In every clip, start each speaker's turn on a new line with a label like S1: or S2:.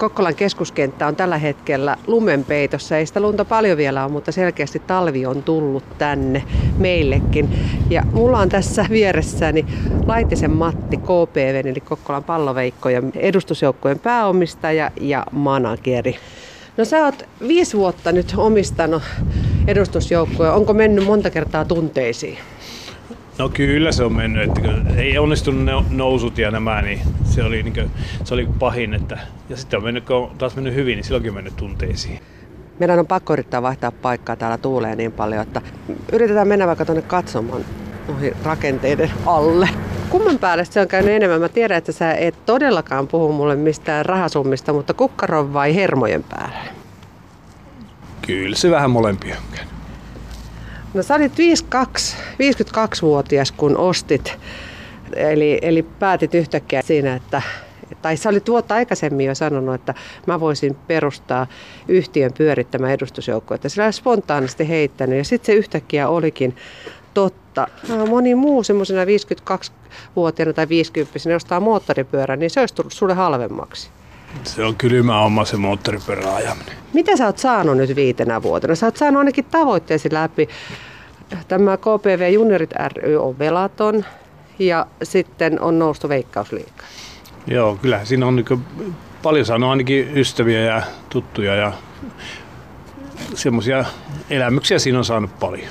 S1: Kokkolan keskuskenttä on tällä hetkellä lumenpeitossa. Ei sitä lunta paljon vielä ole, mutta selkeästi talvi on tullut tänne meillekin. Ja mulla on tässä vieressäni Laitisen Matti, KPV, eli Kokkolan Palloveikkojen edustusjoukkojen pääomistaja ja manageri. No sä oot 5 vuotta nyt omistanut edustusjoukkoja. Onko mennyt monta kertaa tunteisiin?
S2: No kyllä se on mennyt, että ei onnistunut nousut ja nämä, niin se oli pahin. Ja sitten on mennyt, kun on taas mennyt hyvin, niin silloinkin on mennyt tunteisiin.
S1: Meidän on pakko yrittää vaihtaa paikkaa, täällä tuulee niin paljon, että yritetään mennä vaikka tuonne katsomaan ohi rakenteiden alle. Kumman päälle se on käynyt enemmän? Mä tiedän, että sä et todellakaan puhu mulle mistään rahasummista, mutta kukkaron vai hermojen päälle?
S2: Kyllä se vähän molempia on käynyt.
S1: No sä olit 52-vuotias, kun ostit, eli päätit yhtäkkiä siinä, tai sä olit vuotta aikaisemmin jo sanonut, että mä voisin perustaa yhtiön pyörittämään edustusjoukkoa, että sillä oli spontaanisti heittänyt ja sitten se yhtäkkiä olikin totta. Moni muu semmoisena 52-vuotiaana tai 50-vuotiaana ostaa moottoripyörän, niin se olisi tullut sulle halvemmaksi.
S2: Se on kylmä homma se moottoripyörän ajaminen.
S1: Mitä sä oot saanut nyt 5 vuotena? Sä oot saanut ainakin tavoitteesi läpi. Tämä KPV Juniorit ry on velaton ja sitten on noustu Veikkausliigaan.
S2: Joo, kyllähän siinä on paljon saanut ainakin ystäviä ja tuttuja ja semmoisia elämyksiä siinä on saanut paljon.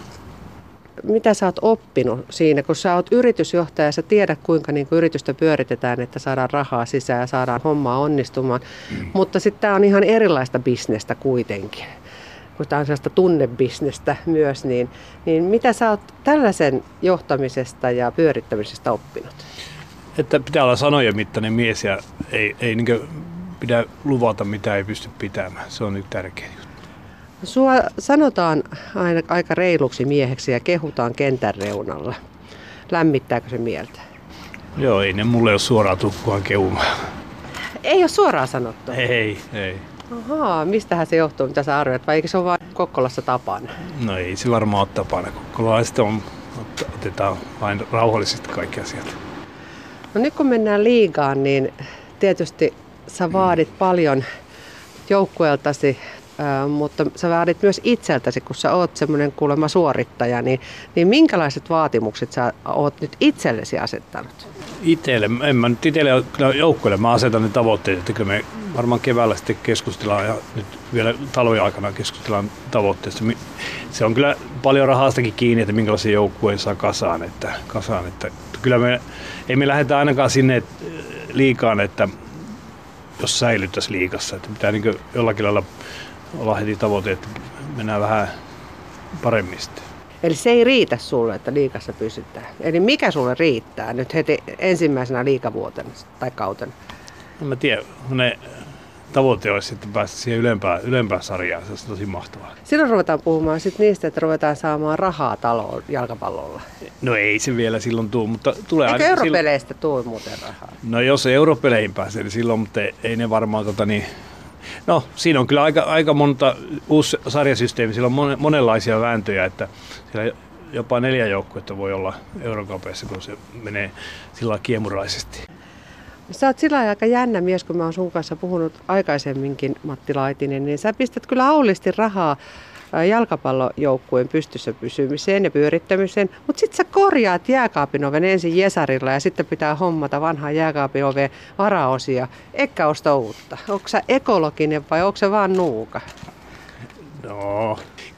S1: Mitä sä oot oppinut siinä, kun sä oot yritysjohtaja ja sä tiedät kuinka yritystä pyöritetään, että saadaan rahaa sisään ja saadaan hommaa onnistumaan. Mutta sitten tää on ihan erilaista bisnestä kuitenkin. Kun tää on sellaista tunnebisnestä myös, niin mitä sä oot tällaisen johtamisesta ja pyörittämisestä oppinut?
S2: Että pitää olla sanojen mittainen mies ja ei pidä luvata mitä ei pysty pitämään. Se on nyt tärkeä juttu.
S1: Sua sanotaan aika reiluksi mieheksi ja kehutaan kentän reunalla. Lämmittääkö se mieltä?
S2: Joo, ei ne mulle ole suoraan tukkuaan kehumaan.
S1: Ei ole suoraan sanottu?
S2: Ei.
S1: Ahaa, mistähän se johtuu, mitä sä arvioit, vai eikö se ole vain Kokkolassa tapana?
S2: No ei se varmaan ole tapana. Kokkolaiset otetaan vain rauhallisesti kaikki asiat.
S1: No nyt kun mennään liigaan, niin tietysti sä vaadit paljon joukkueeltasi, mutta sä vaadit myös itseltäsi, kun sä oot semmoinen kuulemma suorittaja, niin minkälaiset vaatimukset sä oot nyt itsellesi asettanut?
S2: En mä nyt itselle joukkueelle, mä asetan ne tavoitteet, että kyllä me varmaan keväällä sitten keskustellaan ja nyt vielä talven aikana keskustellaan tavoitteista. Se on kyllä paljon rahastakin kiinni, että minkälaisia joukkueen saa kasaan, että kyllä ei me lähdetä ainakaan sinne liigaan, että jos säilyttäisiin liigassa, että pitää jollakin lailla olla heti tavoite, että mennään vähän paremmin sitten.
S1: Eli se ei riitä sulle, että liigassa pysytään. Eli mikä sulle riittää nyt heti ensimmäisenä liigavuotena tai kautena?
S2: En mä tiedä. Tavoite olisi sitten päästä siihen ylempään sarjaan. Se olisi tosi mahtavaa.
S1: Silloin ruvetaan puhumaan sitten niistä, että ruvetaan saamaan rahaa taloon jalkapallolla.
S2: No ei se vielä silloin tule, mutta tulee
S1: aina. Eikö europeleistä tule muuten rahaa?
S2: No jos europeleihin pääsee, niin silloin, mutta ei ne varmaan No siinä on kyllä aika monta uusi sarjasysteemi, siellä on monenlaisia vääntöjä, että siellä jopa 4 joukkuetta voi olla Eurokapeissa, kun se menee sillä kiemuraisesti.
S1: Sä oot sillä aika jännä mies, kun mä oon sun kanssa puhunut aikaisemminkin, Matti Laitinen, niin sä pistät kyllä aulisti rahaa jalkapallojoukkueen pystyssä pysymiseen ja pyörittämiseen, mutta sitten sä korjaat jääkaapin oven ensin Jesarilla ja sitten pitää hommata vanhaa jääkaapin oveen varaosia, eikä osta uutta. Onko sä ekologinen vai onko se vaan nuuka?
S2: No,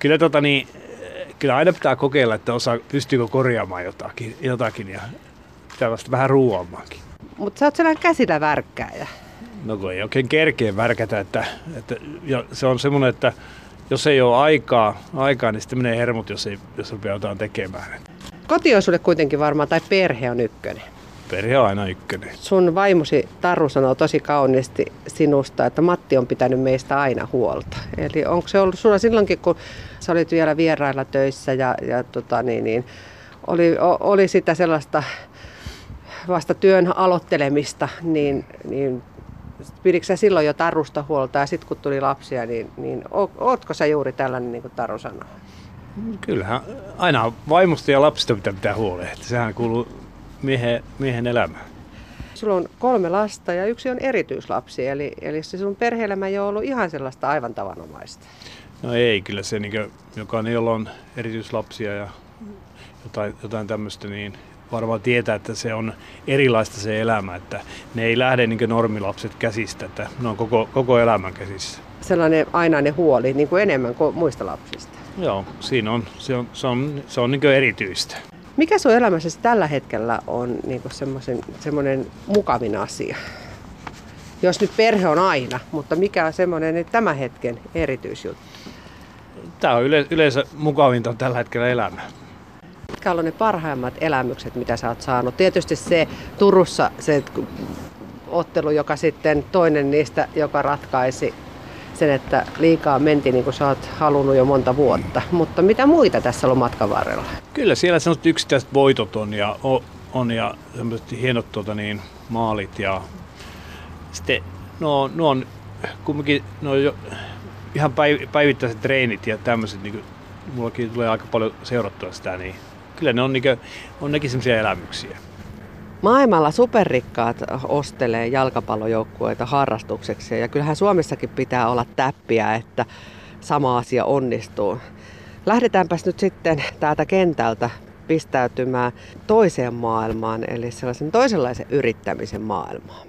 S2: kyllä aina pitää kokeilla, että pystyykö korjaamaan jotakin ja pitää vasta vähän ruuaamaankin.
S1: Mutta sä oot sellainen käsillä värkkääjä.
S2: No kun ei oikein kerkeä värkätä, että se on semmoinen, että jos ei ole aikaa, niin sitten menee hermot, jos rupeaa jotain tekemään.
S1: Koti on sulle kuitenkin varmaan, tai perhe on ykkönen.
S2: Perhe on aina ykkönen.
S1: Sun vaimosi Taru sanoo tosi kauniisti sinusta, että Matti on pitänyt meistä aina huolta. Eli onko se ollut sulla silloinkin, kun sä olit vielä vierailla töissä ja oli sitä sellaista vasta työn aloittelemista, niin piditkö sä silloin jo Tarusta huolta ja sitten kun tuli lapsia, niin ootko sä juuri tällainen niin kuin Taru sanoo?
S2: Kyllähän aina vaimosta ja lapsista pitää huolehtia, että sehän kuuluu miehen elämään.
S1: Sulla on 3 lasta ja yksi on erityislapsi, eli se sun perhe-elämä ei ole ollut ihan sellaista aivan tavanomaista.
S2: No ei, kyllä se jokainen, jolla on erityislapsia ja jotain tämmöistä, niin varmaan tietää, että se on erilaista se elämä, että ne ei lähde niin kuin normilapset käsistä, että ne on koko elämän käsissä.
S1: Sellainen ainainen huoli niin kuin enemmän kuin muista lapsista.
S2: Joo, se on niin kuin erityistä.
S1: Mikä sun elämässäsi tällä hetkellä on niin kuin semmoinen mukavin asia? Jos nyt perhe on aina, mutta mikä on semmoinen tämän hetken erityisjuttu?
S2: Tämä on yleensä mukavinta tällä hetkellä elämää.
S1: Mitkä on ne parhaimmat elämykset, mitä sä oot saanut? Tietysti se Turussa se ottelu, joka sitten toinen niistä, joka ratkaisi sen, että liikaa mentiin niin kuin sä oot halunnut jo monta vuotta. Mutta mitä muita tässä on matkan varrella?
S2: Kyllä siellä sellaiset yksittäiset voitot on ja sellaiset hienot maalit ja sitten nuo on kumminkin jo ihan päivittäiset treenit ja tämmöiset, niin mullakin tulee aika paljon seurattua sitä, niin kyllä ne on nekin semmoisia elämyksiä.
S1: Maailmalla superrikkaat ostelee jalkapallojoukkueita harrastukseksi ja kyllähän Suomessakin pitää olla täppiä, että sama asia onnistuu. Lähdetäänpäs nyt sitten täältä kentältä pistäytymään toiseen maailmaan, eli sellaisen toisenlaisen yrittämisen maailmaan.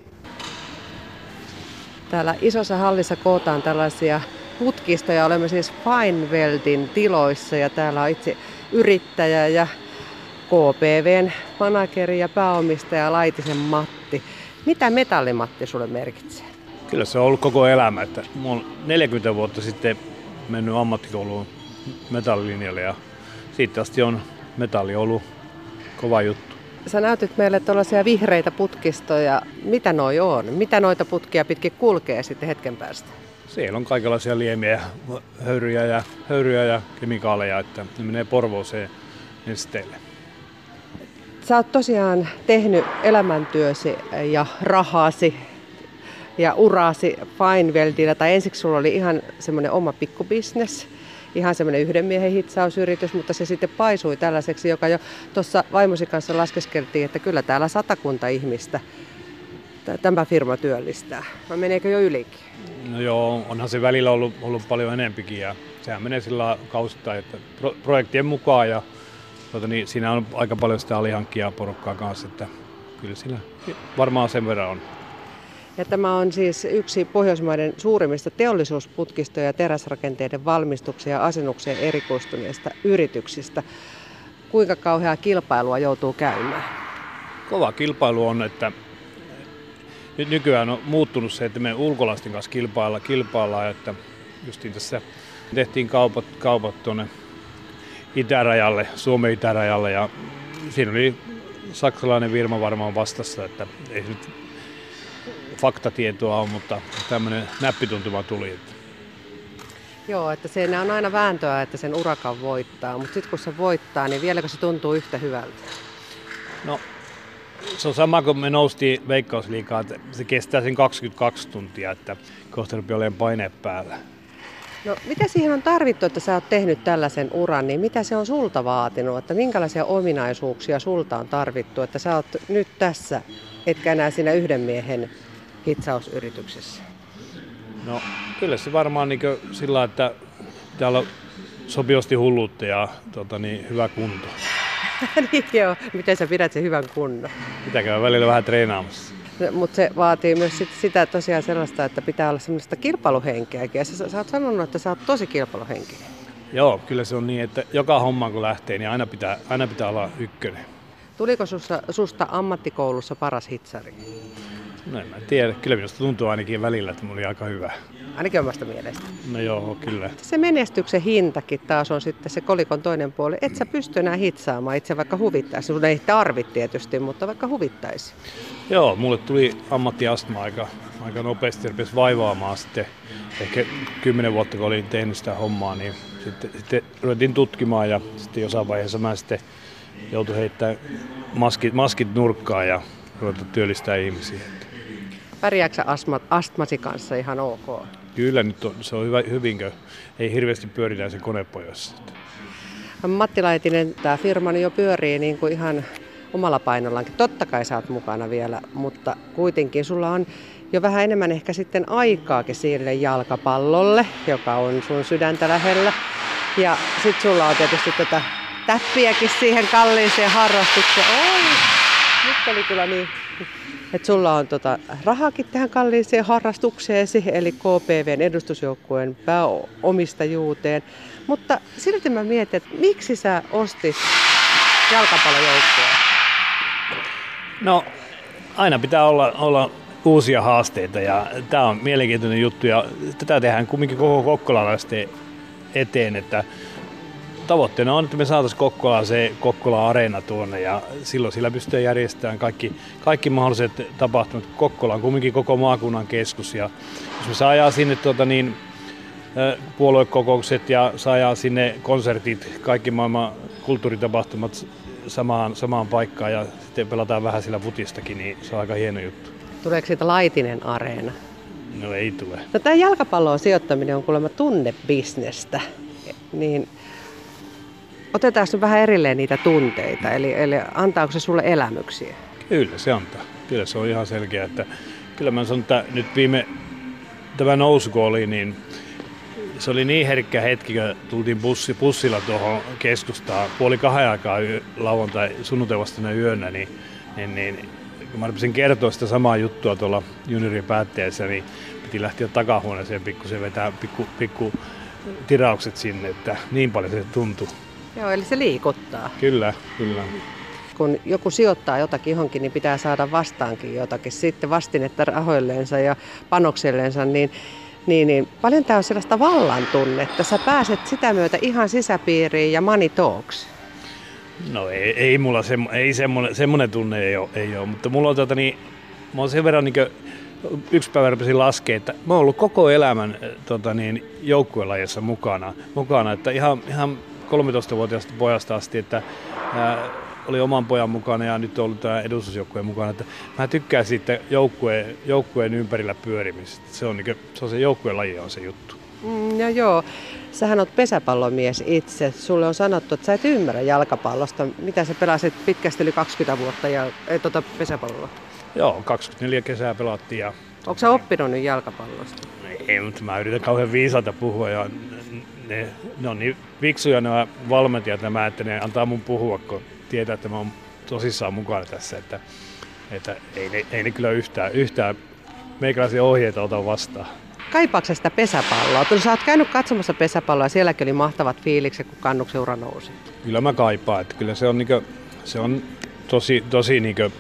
S1: Täällä isossa hallissa kootaan tällaisia putkistoja. Olemme siis Fineweldin tiloissa ja täällä on itse yrittäjä ja KPV:n manageri ja pääomistaja Laitisen Matti. Mitä Metallimatti sulle merkitsee?
S2: Kyllä se on ollut koko elämä. Että mä olen 40 vuotta sitten mennyt ammattikouluun metallilinjalle ja siitä asti on metalli ollut kova juttu.
S1: Sä näytit meille tällaisia vihreitä putkistoja. Mitä noi on? Mitä noita putkia pitkin kulkee sitten hetken päästä?
S2: Siellä on kaikenlaisia liemiä, höyryjä ja kemikaaleja, että ne menee Porvooseen nesteelle.
S1: Sä oot tosiaan tehnyt elämäntyösi ja rahasi ja uraasi Fineweldillä, tai ensiksi sulla oli ihan semmoinen oma pikkubisnes, ihan semmoinen yhden miehen hitsausyritys, mutta se sitten paisui tällaiseksi, joka jo tuossa vaimosi kanssa laskeskeltiin, että kyllä täällä 100 ihmistä tämä firma työllistää. Vai meneekö jo ylikin?
S2: No joo, onhan se välillä ollut paljon enempikin ja sehän menee sillä kausittain, että projektien mukaan ja niin siinä on aika paljon sitä alihankkijaa porukkaa kanssa, että kyllä siinä varmaan sen verran on.
S1: Ja tämä on siis yksi Pohjoismaiden suurimmista teollisuusputkisto- ja teräsrakenteiden valmistuksen ja asennukseen erikoistuneista yrityksistä. Kuinka kauheaa kilpailua joutuu käymään?
S2: Kova kilpailu on, että nyt nykyään on muuttunut se, että me ulkolaisten kanssa kilpaillaan, että justiin tässä tehtiin kaupat tuonne itärajalle, Suomen itärajalle ja siinä oli saksalainen firma varmaan vastassa, että ei se nyt faktatietoa ole, mutta tämmöinen näppituntuma tuli.
S1: Joo, että siinä on aina vääntöä, että sen urakan voittaa, mutta sitten kun se voittaa, niin vieläkö se tuntuu yhtä hyvältä? No, se on sama kuin me noustiin Veikkausliigaan, että se kestää sen 22 tuntia, että kohta rupeaa olemaan paine päällä. No, mitä siihen on tarvittu, että sä oot tehnyt tällaisen uran, niin mitä se on sulta vaatinut, että minkälaisia ominaisuuksia sulta on tarvittu, että sä oot nyt tässä, etkä enää siinä yhden miehen hitsausyrityksessä?
S2: No, kyllä se varmaan niin sillä, että täällä on sopivasti hulluutta ja hyvä kunto.
S1: Niin joo, miten sä pidät sen hyvän kunnon?
S2: Pitää käydä välillä vähän treenaamassa.
S1: Mutta se vaatii myös sitä tosiaan sellaista, että pitää olla semmoista kilpailuhenkeäkin. Ja sä oot sanonut, että sä oot tosi kilpailuhenkinen.
S2: Joo, kyllä se on niin, että joka homma kun lähtee, niin aina pitää olla ykkönen.
S1: Tuliko susta ammattikoulussa paras hitsari?
S2: No en mä tiedä. Kyllä minusta tuntuu ainakin välillä, että mulla oli aika hyvä.
S1: Ainakin omasta mielestä.
S2: No joo, kyllä.
S1: Se menestyksen hintakin taas on sitten se kolikon toinen puoli. Et sä pysty enää hitsaamaan itse vaikka huvittaisi. Sun ei tarvitse tietysti, mutta vaikka huvittaisi.
S2: Joo, mulle tuli ammattiastma aika nopeasti. Rupesi vaivaamaan sitten ehkä 10 vuotta, kun olin tehnyt sitä hommaa, niin sitten ruvettiin tutkimaan ja sitten jossain vaiheessa mä sitten joutuin heittämään maskit nurkkaan ja ruveta työllistää ihmisiä.
S1: Pärjääksä astmasi kanssa ihan ok?
S2: Kyllä, nyt se on hyvinkö. Ei hirveästi pyöritä sen konepojossa.
S1: Matti Laitinen, tämä firma jo pyörii niin kuin ihan omalla painollaankin. Totta kai sä oot mukana vielä, mutta kuitenkin sulla on jo vähän enemmän ehkä sitten aikaakin sille jalkapallolle, joka on sun sydäntä lähellä. Ja sit sulla on tietysti tätä täppiäkin siihen kalliiseen harrastukseen. Oi, nyt oli kyllä niin, että sulla on rahakin tähän kalliiseen harrastukseesi, eli KPV:n edustusjoukkueen pääomistajuuteen. Mutta silti mä mietin, että miksi sä ostit jalkapallojoukkueen?
S2: No, aina pitää olla uusia haasteita ja tämä on mielenkiintoinen juttu ja tätä tehdään kumminkin koko kokkolalaisten eteen, että tavoitteena on, että me saataisiin Kokkolaan se Kokkola-areena tuonne ja silloin sillä pystytään järjestämään kaikki mahdolliset tapahtumat. Kokkola on kumminkin koko maakunnan keskus ja jos me saadaan sinne puoluekokoukset ja saadaan sinne konsertit, kaikki maailman kulttuuritapahtumat samaan paikkaan ja sitten pelataan vähän sillä futistakin, niin se on aika hieno juttu.
S1: Tuleeko siitä Laitinen areena?
S2: No ei tule.
S1: No tämä jalkapalloon sijoittaminen on kuulemma tunnebisnestä, niin otetaan nyt vähän erilleen niitä tunteita, eli antaako se sulle elämyksiä? Kyllä
S2: se antaa. Kyllä se on ihan selkeä, että kyllä mä sanon, että nyt tämä nousu kun oli, niin se oli niin herkkä hetki, kun tultiin bussilla tuohon keskustaan 1:30 aikaa sunnuntai-vastaina yönä, niin kun mä rupesin kertoa sitä samaa juttua tuolla juniorien päätteessä, niin piti lähteä takahuoneeseen pikkusen vetää pikku tiraukset sinne, että niin paljon se tuntui.
S1: Joo, eli se liikuttaa.
S2: Kyllä.
S1: Kun joku sijoittaa jotakin johonkin, niin pitää saada vastaankin jotakin sitten vastinetta rahoilleensa ja panoksellensa, niin paljon tämä on sellaista vallan tunnetta. Sä pääset sitä myötä ihan sisäpiiriin ja money talks.
S2: No ei mulla semmoinen tunne ei ole, mutta mulla on mä oon sen verran yksi päivä rupesin laskemaan, että mä oon ollut koko elämän joukkuelajissa mukana, että ihan 13-vuotiaasta pojasta asti, että oli oman pojan mukana ja nyt on ollut tämä edustusjoukkueen mukana, että mä tykkään siitä joukkueen ympärillä pyörimisestä. Se on se joukkuelaji on se juttu.
S1: No joo, sähän oot pesäpallomies itse. Sulle on sanottu, että sä et ymmärrä jalkapallosta. Mitä sä pelasit pitkästi yli 20 vuotta pesäpalloa?
S2: Joo, 24 kesää pelattiin. Ja
S1: onko sä oppinut nyt jalkapallosta?
S2: Ei, mutta mä yritän kauhean viisaata puhua ja ne on niin fiksuja nämä valmentajat että ne antaa mun puhua, kun tietää, että mä oon tosissaan mukana tässä, että ei ne kyllä yhtään meikäläisiä ohjeita ota vastaan.
S1: Kaipaatko sitä pesäpalloa? Sä oot käynyt katsomassa pesäpalloa ja sielläkin oli mahtavat fiilikset, kun Kannuksen ura nousi.
S2: Kyllä mä kaipaan, että kyllä se on tosi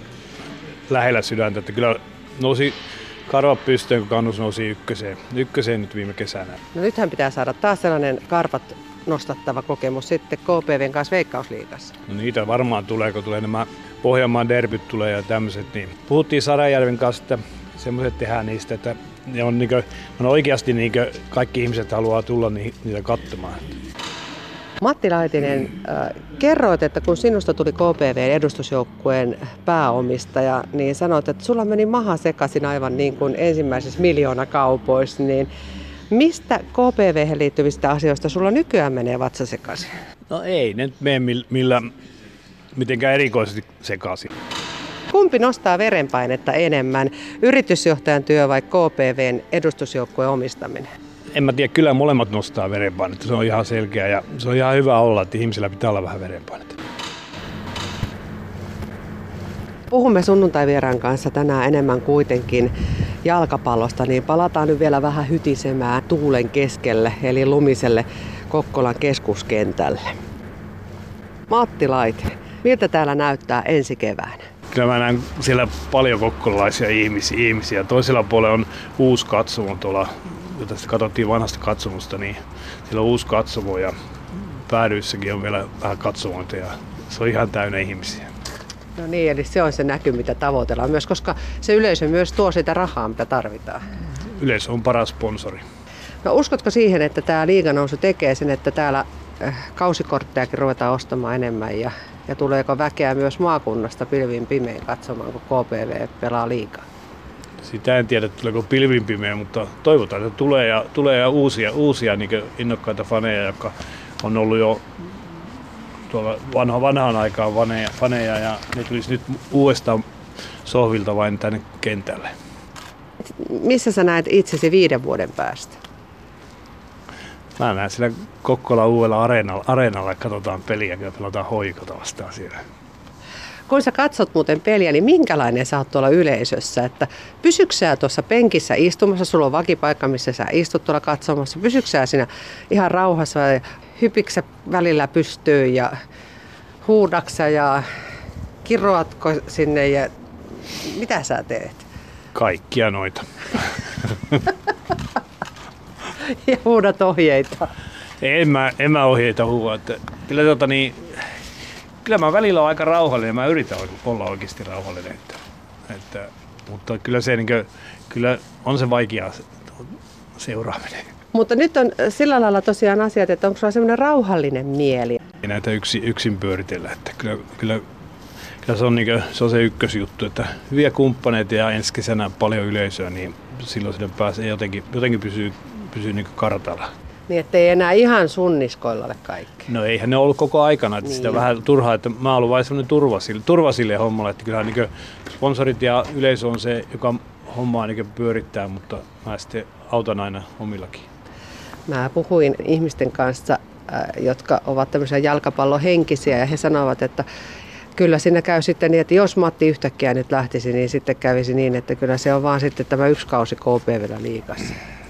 S2: lähellä sydäntä, että kyllä nousi karvat pystyyn, kun Kannus nousi ykköseen nyt viime kesänä.
S1: No nythän pitää saada taas sellainen karvat nostattava kokemus sitten KPV:n kanssa Veikkausliigassa.
S2: No niitä varmaan tulee, kun tulee nämä Pohjanmaan derbyt tulee ja tämmöiset. Niin. Puhuttiin Sarajärven kanssa, että semmoiset tehdään niistä, että ne on, on oikeasti kaikki ihmiset haluaa tulla niitä katsomaan.
S1: Matti Laitinen, kerroit, että kun sinusta tuli KPV-edustusjoukkueen pääomistaja, niin sanoit, että sulla meni maha sekaisin aivan niin kuin ensimmäisessä miljoonakaupoissa, niin mistä KPV:hen liittyvistä asioista sulla nykyään menee vatsa sekaisin?
S2: No ei ne mene mitenkään erikoisesti sekaisin.
S1: Kumpi nostaa verenpainetta enemmän, yritysjohtajan työ vai KPV:n edustusjoukkueen omistaminen?
S2: En mä tiedä, kyllä molemmat nostaa verenpainetta, se on ihan selkeä ja se on ihan hyvä olla, että ihmisillä pitää olla vähän verenpainetta.
S1: Puhumme sunnuntaivieraan kanssa tänään enemmän kuitenkin jalkapallosta, niin palataan nyt vielä vähän hytisemään tuulen keskelle, eli lumiselle Kokkolan keskuskentälle. Matti Laitinen, miltä täällä näyttää ensi keväänä?
S2: Kyllä mä näen siellä paljon kokkolalaisia ihmisiä. Toisella puolella on uusi katsomo tuolla, jota katsottiin vanhasta katsomusta, niin siellä on uusi katsomo ja päädyissäkin on vielä vähän katsomoita ja se on ihan täynnä ihmisiä.
S1: No niin, eli se on se näky, mitä tavoitellaan myös, koska se yleisö myös tuo sitä rahaa, mitä tarvitaan.
S2: Yleisö on paras sponsori.
S1: No uskotko siihen, että tämä liiganousu tekee sen, että täällä kausikorttejakin ruvetaan ostamaan enemmän ja tuleeko väkeä myös maakunnasta pilvin pimein katsomaan, kun KPV pelaa liigaa?
S2: Sitä en tiedä, tuleeko pilvin pimein, mutta toivotaan, että tulee uusia innokkaita faneja, jotka on ollut jo tuolla vanhaan aikaan faneja ja ne tulisi nyt uudestaan sohvilta vain tänne kentälle.
S1: Missä sä näet itsesi 5 vuoden päästä?
S2: Mä näen siellä Kokkolan uudella areenalla katsotaan peliä, kun pelataan Hoikota vastaan siellä.
S1: Kun sä katsot muuten peliä, niin minkälainen sä oot tuolla yleisössä? Että pysyksä sä tuossa penkissä istumassa, sulla on vakipaikka, missä sä istut tuolla katsomassa. Pysyksä sä siinä ihan rauhassa ja hypiksä välillä pystyyn ja huudaksa ja kiroatko sinne ja mitä sä teet?
S2: Kaikkia noita.
S1: Ja huudat ohjeita.
S2: En mä ohjeita huua. Kyllä mä välillä olen aika rauhallinen. Mä yritän olla oikeasti rauhallinen. Mutta kyllä se kyllä on se vaikea seuraaminen.
S1: Mutta nyt on sillä lailla tosiaan asiat, että onko sulla semmoinen rauhallinen mieli?
S2: Ei näitä yksin pyöritellä. Että kyllä se on se ykkösjuttu, että hyviä kumppaneita ja ensi kesänä paljon yleisöä, niin silloin sitä pääsee jotenkin pysyy niin kartalla.
S1: Niin, ettei enää ihan sunniskoilla ole kaikki.
S2: No eihän ne ollut koko aikana, että niin. Sitä vähän turhaa, että mä oon ollut vain semmoinen turva sille hommalle, että kyllähän niin sponsorit ja yleisö on se, joka hommaa niin pyörittää, mutta mä sitten autan aina omillakin.
S1: Mä puhuin ihmisten kanssa, jotka ovat tämmöisiä jalkapallohenkisiä ja he sanovat, että kyllä siinä käy sitten niin, että jos Matti yhtäkkiä nyt lähtisi, niin sitten kävisi niin, että kyllä se on vaan sitten tämä 1 kausi KPV:llä liigassa.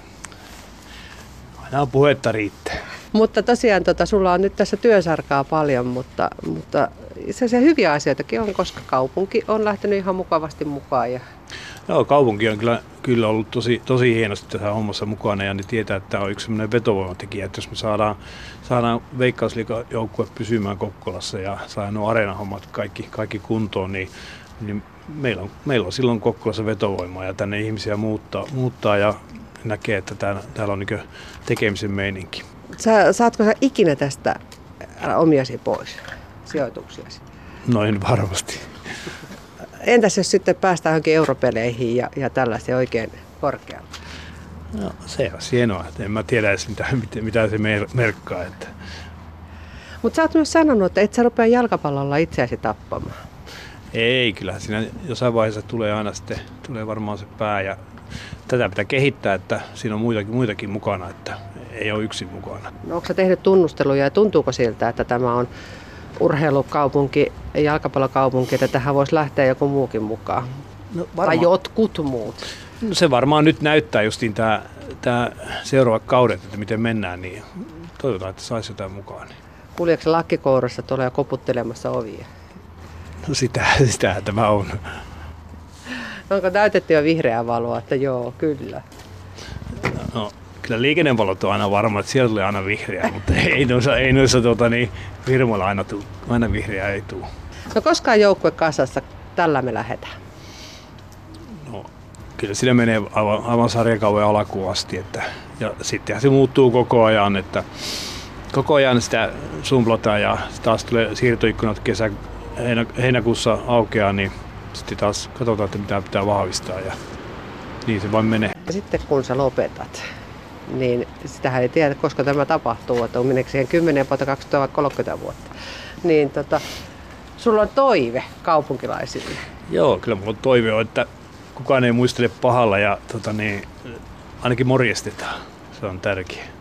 S2: Aina puhetta riittää.
S1: Mutta tosiaan sulla on nyt tässä työsarkaa paljon, mutta se hyviä asioitakin on, koska kaupunki on lähtenyt ihan mukavasti mukaan.
S2: Joo, kaupunki on kyllä ollut tosi hienosti tässä hommassa mukana ja ne tietää, että tämä on yksi sellainen vetovoimatekijä, että jos me saadaan Veikkausliigan-joukkue pysymään Kokkolassa ja saadaan nuo areenahommat kaikki kuntoon, niin meillä on silloin Kokkolassa vetovoimaa ja tänne ihmisiä muuttaa ja näkee, että täällä on niin tekemisen meininki.
S1: Saatko sä ikinä tästä omiasi pois, sijoituksiasi?
S2: Noin varmasti.
S1: Entäs jos sitten päästään johonkin europeleihin ja tällaisia oikein korkealle?
S2: No, se on hienoa. En mä tiedä edes mitä se merkkaa.
S1: Mutta sä oot myös sanonut, että et sä rupea jalkapallolla itseäsi tappamaan.
S2: Ei, kyllähän siinä jossain vaiheessa tulee varmaan se pää ja tätä pitää kehittää, että siinä on muitakin mukana, että ei ole yksin mukana.
S1: No, onko sä tehnyt tunnusteluja ja tuntuuko siltä, että tämä on urheilukaupunki, jalkapallokaupunki, että tähän voisi lähteä joku muukin mukaan? No, tai jotkut muut?
S2: No, se varmaan nyt näyttää justiin tämä seuraava kaudet, että miten mennään, niin toivotaan, että saisi jotain mukaan.
S1: Kuljeeko se lakkikourassa tuolla ja koputtelemassa ovia?
S2: No sitähän tämä on.
S1: Onko näytetty jo vihreää valoa, että joo, kyllä?
S2: No, kyllä liikennevalot on aina varma, että siellä tulee aina vihreää, mutta ei noissa firmoilla aina vihreää ei tule.
S1: No koskaan joukkue kasassa, tällä me lähdetään?
S2: No, kyllä siinä menee aivan sarjakauden alkuun asti, ja sittenhän se muuttuu koko ajan, että koko ajan sitä sumplotaan ja taas tulee siirtoikkunat heinäkuussa aukeaa, niin sitten taas katsotaan, että mitä pitää vahvistaa ja niin se vain menee.
S1: Ja sitten kun sä lopetat, niin sitähän ei tiedä, koska tämä tapahtuu, että on meneekö siihen 10 vuotta, 20 vai 30 vuotta. Niin sulla on toive kaupunkilaisille.
S2: Joo, kyllä mulla on toive, että kukaan ei muistele pahalla ja ainakin morjestetaan. Se on tärkeää.